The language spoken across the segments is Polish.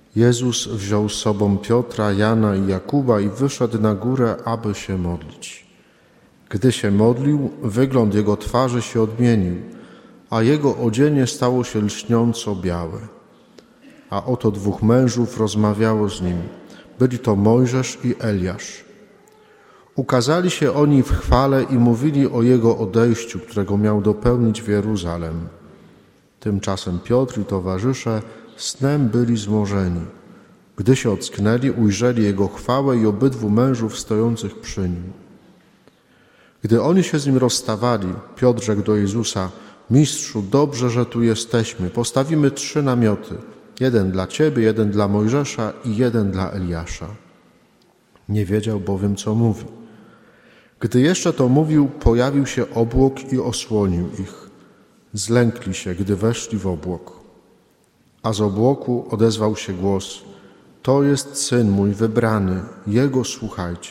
Jezus wziął z sobą Piotra, Jana i Jakuba i wyszedł na górę, aby się modlić. Gdy się modlił, wygląd jego twarzy się odmienił, a jego odzienie stało się lśniąco białe. A oto dwóch mężów rozmawiało z nim. Byli to Mojżesz i Eliasz. Ukazali się oni w chwale i mówili o jego odejściu, którego miał dopełnić w Jeruzalem. Tymczasem Piotr i towarzysze snem byli zmorzeni. Gdy się ocknęli, ujrzeli jego chwałę i obydwu mężów stojących przy nim. Gdy oni się z nim rozstawali, Piotr rzekł do Jezusa: Mistrzu, dobrze, że tu jesteśmy. Postawimy 3 namioty. 1 dla Ciebie, 1 dla Mojżesza i 1 dla Eliasza. Nie wiedział bowiem, co mówi. Gdy jeszcze to mówił, pojawił się obłok i osłonił ich. Zlękli się, gdy weszli w obłok. A z obłoku odezwał się głos: To jest Syn mój wybrany, Jego słuchajcie.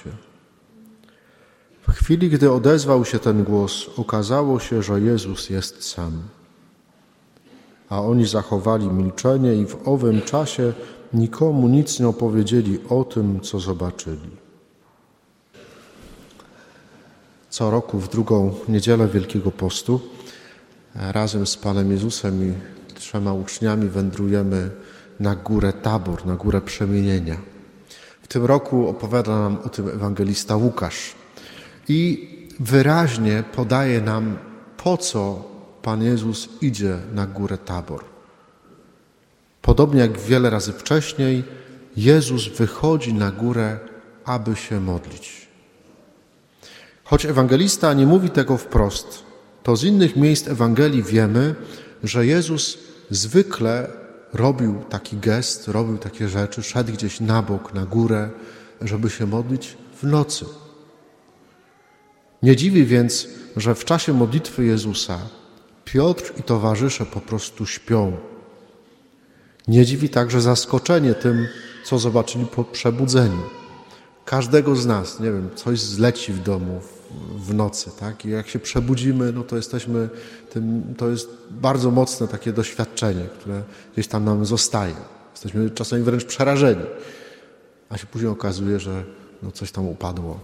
W chwili, gdy odezwał się ten głos, okazało się, że Jezus jest sam. A oni zachowali milczenie i w owym czasie nikomu nic nie opowiedzieli o tym, co zobaczyli. Co roku w drugą niedzielę Wielkiego Postu razem z Panem Jezusem i 3 uczniami wędrujemy na górę Tabor, na górę Przemienienia. W tym roku opowiada nam o tym ewangelista Łukasz i wyraźnie podaje nam, po co Pan Jezus idzie na górę Tabor. Podobnie jak wiele razy wcześniej, Jezus wychodzi na górę, aby się modlić. Choć ewangelista nie mówi tego wprost, to z innych miejsc Ewangelii wiemy, że Jezus zwykle robił taki gest, robił takie rzeczy, szedł gdzieś na bok, na górę, żeby się modlić w nocy. Nie dziwi więc, że w czasie modlitwy Jezusa Piotr i towarzysze po prostu śpią. Nie dziwi także zaskoczenie tym, co zobaczyli po przebudzeniu. Każdego z nas, nie wiem, coś zleci w domu w nocy, tak? I jak się przebudzimy, no to jesteśmy to jest bardzo mocne takie doświadczenie, które gdzieś tam nam zostaje. Jesteśmy czasami wręcz przerażeni, a się później okazuje, że no coś tam upadło.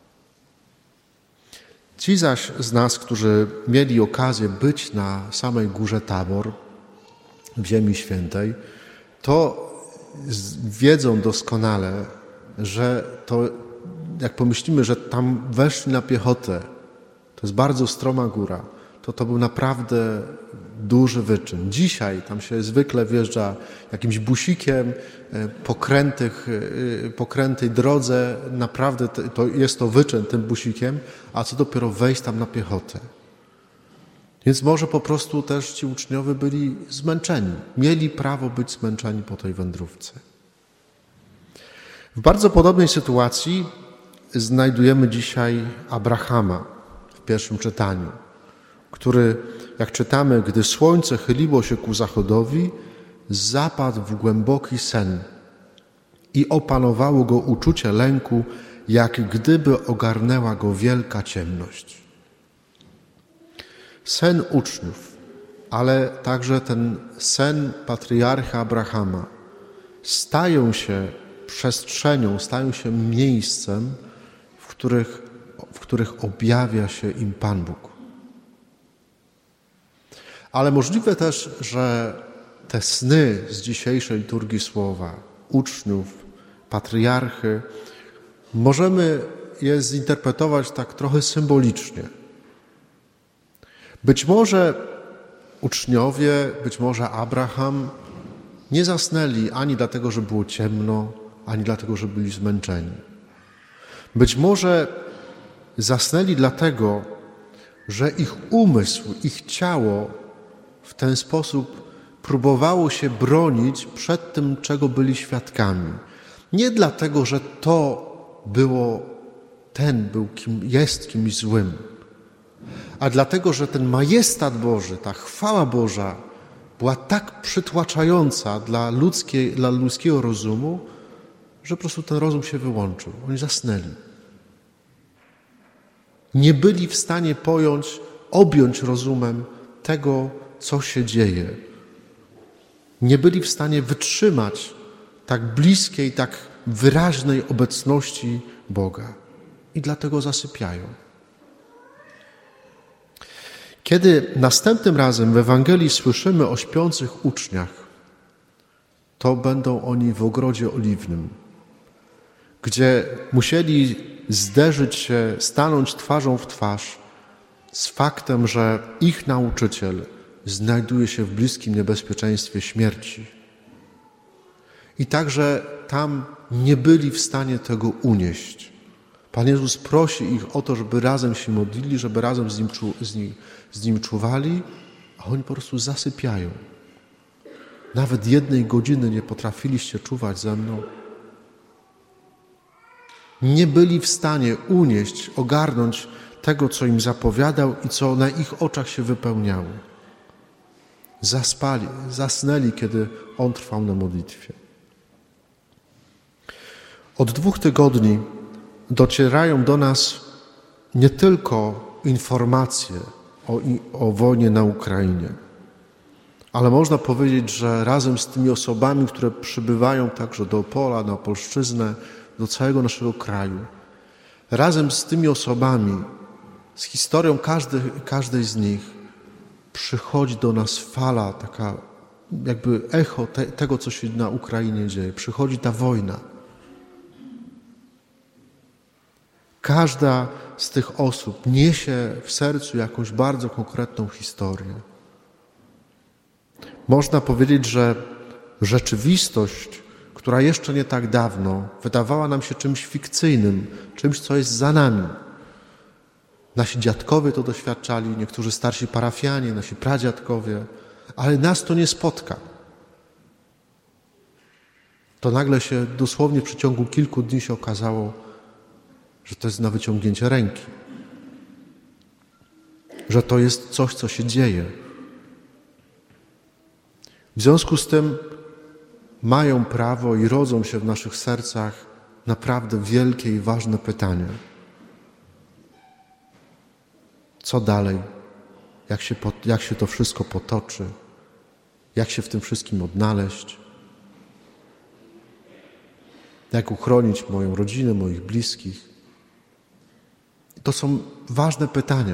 Ci zaś z nas, którzy mieli okazję być na samej górze Tabor, w Ziemi Świętej, to wiedzą doskonale, że to, jak pomyślimy, że tam weszli na piechotę, to jest bardzo stroma góra, to był naprawdę duży wyczyn. Dzisiaj tam się zwykle wjeżdża jakimś busikiem pokrętej drodze, naprawdę jest to wyczyn tym busikiem, a co dopiero wejść tam na piechotę. Więc może po prostu też ci uczniowie byli zmęczeni. Mieli prawo być zmęczeni po tej wędrówce. W bardzo podobnej sytuacji znajdujemy dzisiaj Abrahama w pierwszym czytaniu, który, jak czytamy, gdy słońce chyliło się ku zachodowi, zapadł w głęboki sen i opanowało go uczucie lęku, jak gdyby ogarnęła go wielka ciemność. Sen uczniów, ale także ten sen patriarcha Abrahama stają się przestrzenią, stają się miejscem, w których objawia się im Pan Bóg. Ale możliwe też, że te sny z dzisiejszej liturgii słowa, uczniów, patriarchy, możemy je zinterpretować tak trochę symbolicznie. Być może uczniowie, być może Abraham nie zasnęli ani dlatego, że było ciemno, ani dlatego, że byli zmęczeni. Być może zasnęli dlatego, że ich umysł, ich ciało w ten sposób próbowało się bronić przed tym, czego byli świadkami. Nie dlatego, że jest kimś złym, a dlatego, że ten majestat Boży, ta chwała Boża była tak przytłaczająca dla ludzkiego rozumu, że po prostu ten rozum się wyłączył. Oni zasnęli. Nie byli w stanie objąć rozumem tego, co się dzieje. Nie byli w stanie wytrzymać tak bliskiej, tak wyraźnej obecności Boga. I dlatego zasypiają. Kiedy następnym razem w Ewangelii słyszymy o śpiących uczniach, to będą oni w ogrodzie oliwnym, gdzie musieli zderzyć się, stanąć twarzą w twarz z faktem, że ich nauczyciel znajduje się w bliskim niebezpieczeństwie śmierci. I także tam nie byli w stanie tego unieść. Pan Jezus prosi ich o to, żeby razem się modlili, żeby razem z Nim czuwali, a oni po prostu zasypiają. Nawet 1 godziny nie potrafiliście czuwać ze mną. Nie byli w stanie unieść, ogarnąć tego, co im zapowiadał i co na ich oczach się wypełniało. Zasnęli, kiedy On trwał na modlitwie. Od 2 tygodni docierają do nas nie tylko informacje o wojnie na Ukrainie, ale można powiedzieć, że razem z tymi osobami, które przybywają także do Opola, na Opolszczyznę, do całego naszego kraju, razem z tymi osobami, z historią każdej z nich, przychodzi do nas fala, taka jakby echo tego, co się na Ukrainie dzieje. Przychodzi ta wojna. Każda z tych osób niesie w sercu jakąś bardzo konkretną historię. Można powiedzieć, że rzeczywistość, która jeszcze nie tak dawno wydawała nam się czymś fikcyjnym, czymś, co jest za nami. Nasi dziadkowie to doświadczali, niektórzy starsi parafianie, nasi pradziadkowie, ale nas to nie spotka. To nagle się dosłownie w przeciągu kilku dni się okazało, że to jest na wyciągnięcie ręki. Że to jest coś, co się dzieje. W związku z tym mają prawo i rodzą się w naszych sercach naprawdę wielkie i ważne pytania. Co dalej? Jak się to wszystko potoczy? Jak się w tym wszystkim odnaleźć? Jak uchronić moją rodzinę, moich bliskich? To są ważne pytania.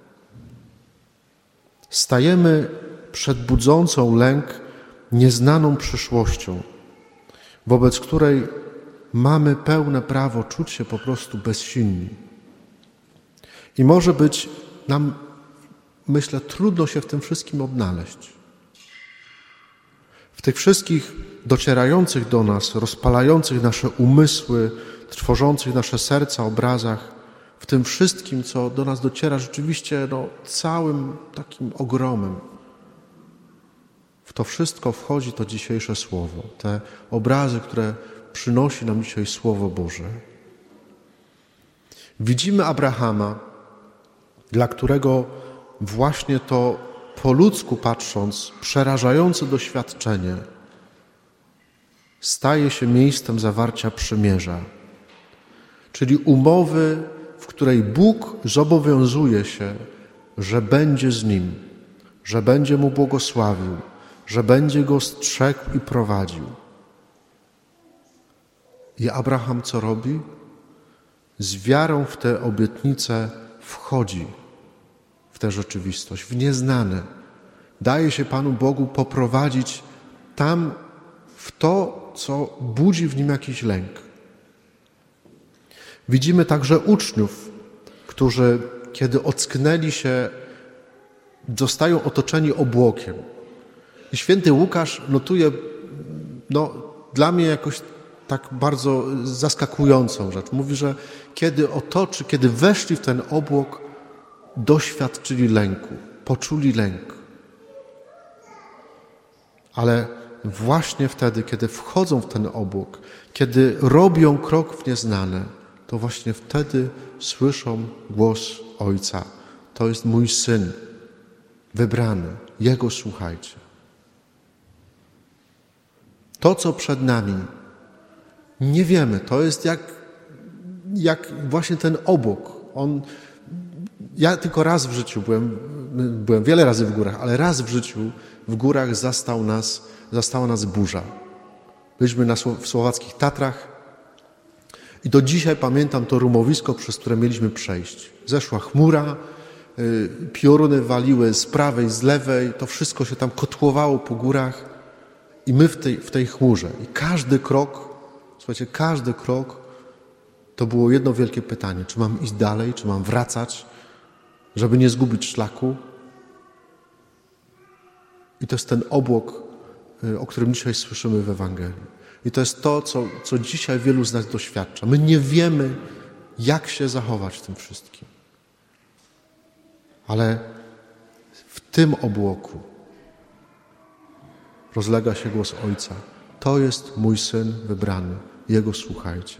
Stajemy przed budzącą lęk nieznaną przyszłością, wobec której mamy pełne prawo czuć się po prostu bezsilni. I może być nam, myślę, trudno się w tym wszystkim odnaleźć. W tych wszystkich docierających do nas, rozpalających nasze umysły, trwożących nasze serca obrazach, w tym wszystkim, co do nas dociera rzeczywiście całym takim ogromem. W to wszystko wchodzi to dzisiejsze Słowo, te obrazy, które przynosi nam dzisiaj Słowo Boże. Widzimy Abrahama, dla którego właśnie to po ludzku patrząc przerażające doświadczenie staje się miejscem zawarcia przymierza, czyli umowy, w której Bóg zobowiązuje się, że będzie z nim, że będzie mu błogosławił, że będzie go strzegł i prowadził. I Abraham co robi? Z wiarą w tę obietnicę wchodzi w tę rzeczywistość, w nieznane. Daje się Panu Bogu poprowadzić tam w to, co budzi w nim jakiś lęk. Widzimy także uczniów, którzy, kiedy ocknęli się, zostają otoczeni obłokiem. I święty Łukasz notuje, dla mnie jakoś tak bardzo zaskakującą rzecz. Mówi, że kiedy weszli w ten obłok, doświadczyli lęku, poczuli lęk. Ale właśnie wtedy, kiedy wchodzą w ten obłok, kiedy robią krok w nieznane, to właśnie wtedy słyszą głos Ojca. To jest mój Syn, wybrany, Jego słuchajcie. To, co przed nami, nie wiemy. To jest jak właśnie ten obłok. Ja tylko raz w życiu byłem wiele razy w górach, ale raz w życiu w górach zastała nas burza. Byliśmy w słowackich Tatrach i do dzisiaj pamiętam to rumowisko, przez które mieliśmy przejść. Zeszła chmura, pioruny waliły z prawej, z lewej, to wszystko się tam kotłowało po górach i my w tej chmurze. I każdy krok, słuchajcie, każdy krok to było jedno wielkie pytanie, czy mam iść dalej, czy mam wracać, żeby nie zgubić szlaku. I to jest ten obłok, o którym dzisiaj słyszymy w Ewangelii. I to jest to, co dzisiaj wielu z nas doświadcza. My nie wiemy, jak się zachować w tym wszystkim. Ale w tym obłoku rozlega się głos Ojca. To jest mój Syn wybrany. Jego słuchajcie.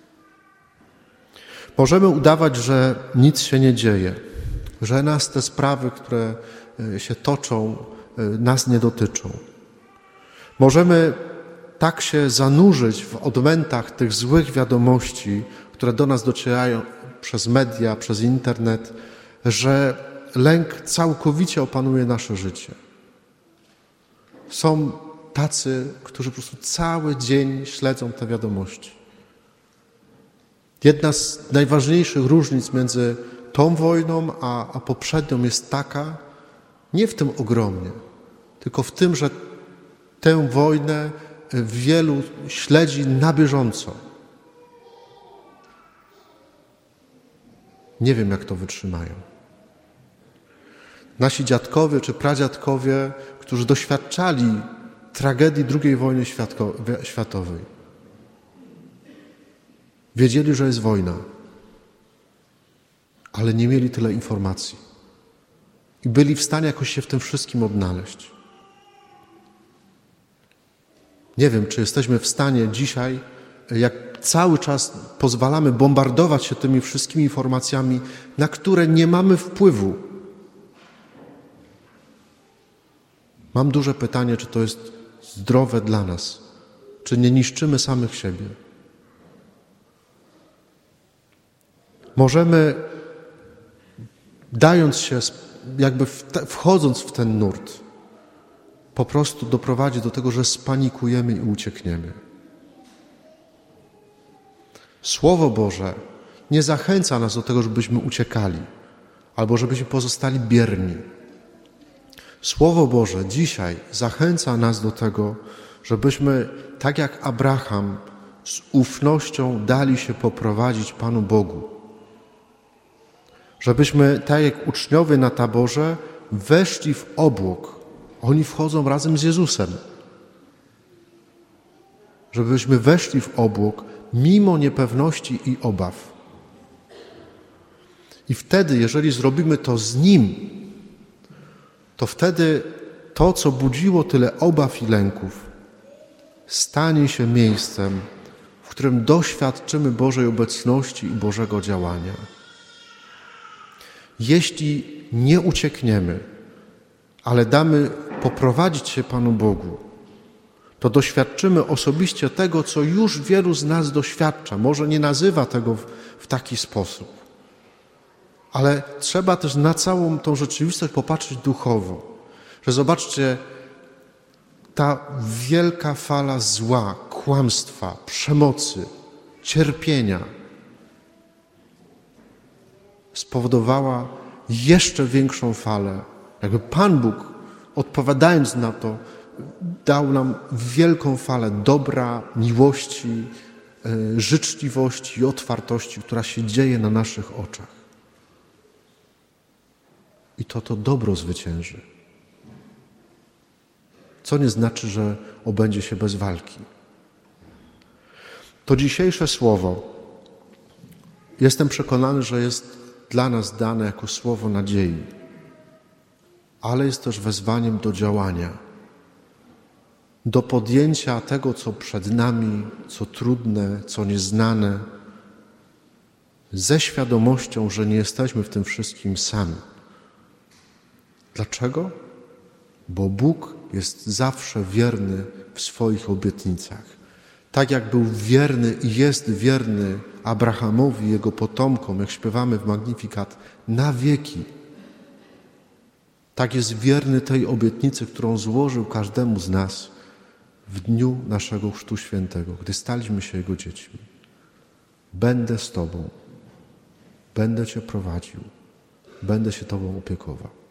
Możemy udawać, że nic się nie dzieje, że nas te sprawy, które się toczą, nas nie dotyczą. Możemy tak się zanurzyć w odmętach tych złych wiadomości, które do nas docierają przez media, przez internet, że lęk całkowicie opanuje nasze życie. Są tacy, którzy po prostu cały dzień śledzą te wiadomości. Jedna z najważniejszych różnic między tą wojną a poprzednią jest taka, nie w tym ogromnie, tylko w tym, że tę wojnę wielu śledzi na bieżąco. Nie wiem, jak to wytrzymają. Nasi dziadkowie czy pradziadkowie, którzy doświadczali tragedii II wojny światowej, wiedzieli, że jest wojna, ale nie mieli tyle informacji. I byli w stanie jakoś się w tym wszystkim odnaleźć. Nie wiem, czy jesteśmy w stanie dzisiaj, jak cały czas pozwalamy bombardować się tymi wszystkimi informacjami, na które nie mamy wpływu. Mam duże pytanie, czy to jest zdrowe dla nas, czy nie niszczymy samych siebie. Możemy, dając się, jakby wchodząc w ten nurt, po prostu doprowadzić do tego, że spanikujemy i uciekniemy. Słowo Boże nie zachęca nas do tego, żebyśmy uciekali albo żebyśmy pozostali bierni. Słowo Boże dzisiaj zachęca nas do tego, żebyśmy, tak jak Abraham, z ufnością dali się poprowadzić Panu Bogu. Żebyśmy, tak jak uczniowie na taborze, weszli w obłok. Oni wchodzą razem z Jezusem. Żebyśmy weszli w obłok mimo niepewności i obaw. I wtedy, jeżeli zrobimy to z Nim, to wtedy to, co budziło tyle obaw i lęków, stanie się miejscem, w którym doświadczymy Bożej obecności i Bożego działania. Jeśli nie uciekniemy, ale damy poprowadzić się Panu Bogu, to doświadczymy osobiście tego, co już wielu z nas doświadcza. Może nie nazywa tego w taki sposób, ale trzeba też na całą tą rzeczywistość popatrzeć duchowo. Że zobaczcie, ta wielka fala zła, kłamstwa, przemocy, cierpienia spowodowała jeszcze większą falę. Jakby Pan Bóg, odpowiadając na to, dał nam wielką falę dobra, miłości, życzliwości i otwartości, która się dzieje na naszych oczach. I to dobro zwycięży. Co nie znaczy, że obędzie się bez walki. To dzisiejsze słowo, jestem przekonany, że jest dla nas dane jako słowo nadziei, ale jest też wezwaniem do działania, do podjęcia tego, co przed nami, co trudne, co nieznane, ze świadomością, że nie jesteśmy w tym wszystkim sami. Dlaczego? Bo Bóg jest zawsze wierny w swoich obietnicach. Tak jak był wierny i jest wierny Abrahamowi, jego potomkom, jak śpiewamy w Magnificat, na wieki. Tak jest wierny tej obietnicy, którą złożył każdemu z nas, w dniu naszego Chrztu Świętego, gdy staliśmy się Jego dziećmi. Będę z Tobą, będę Cię prowadził, będę się Tobą opiekował.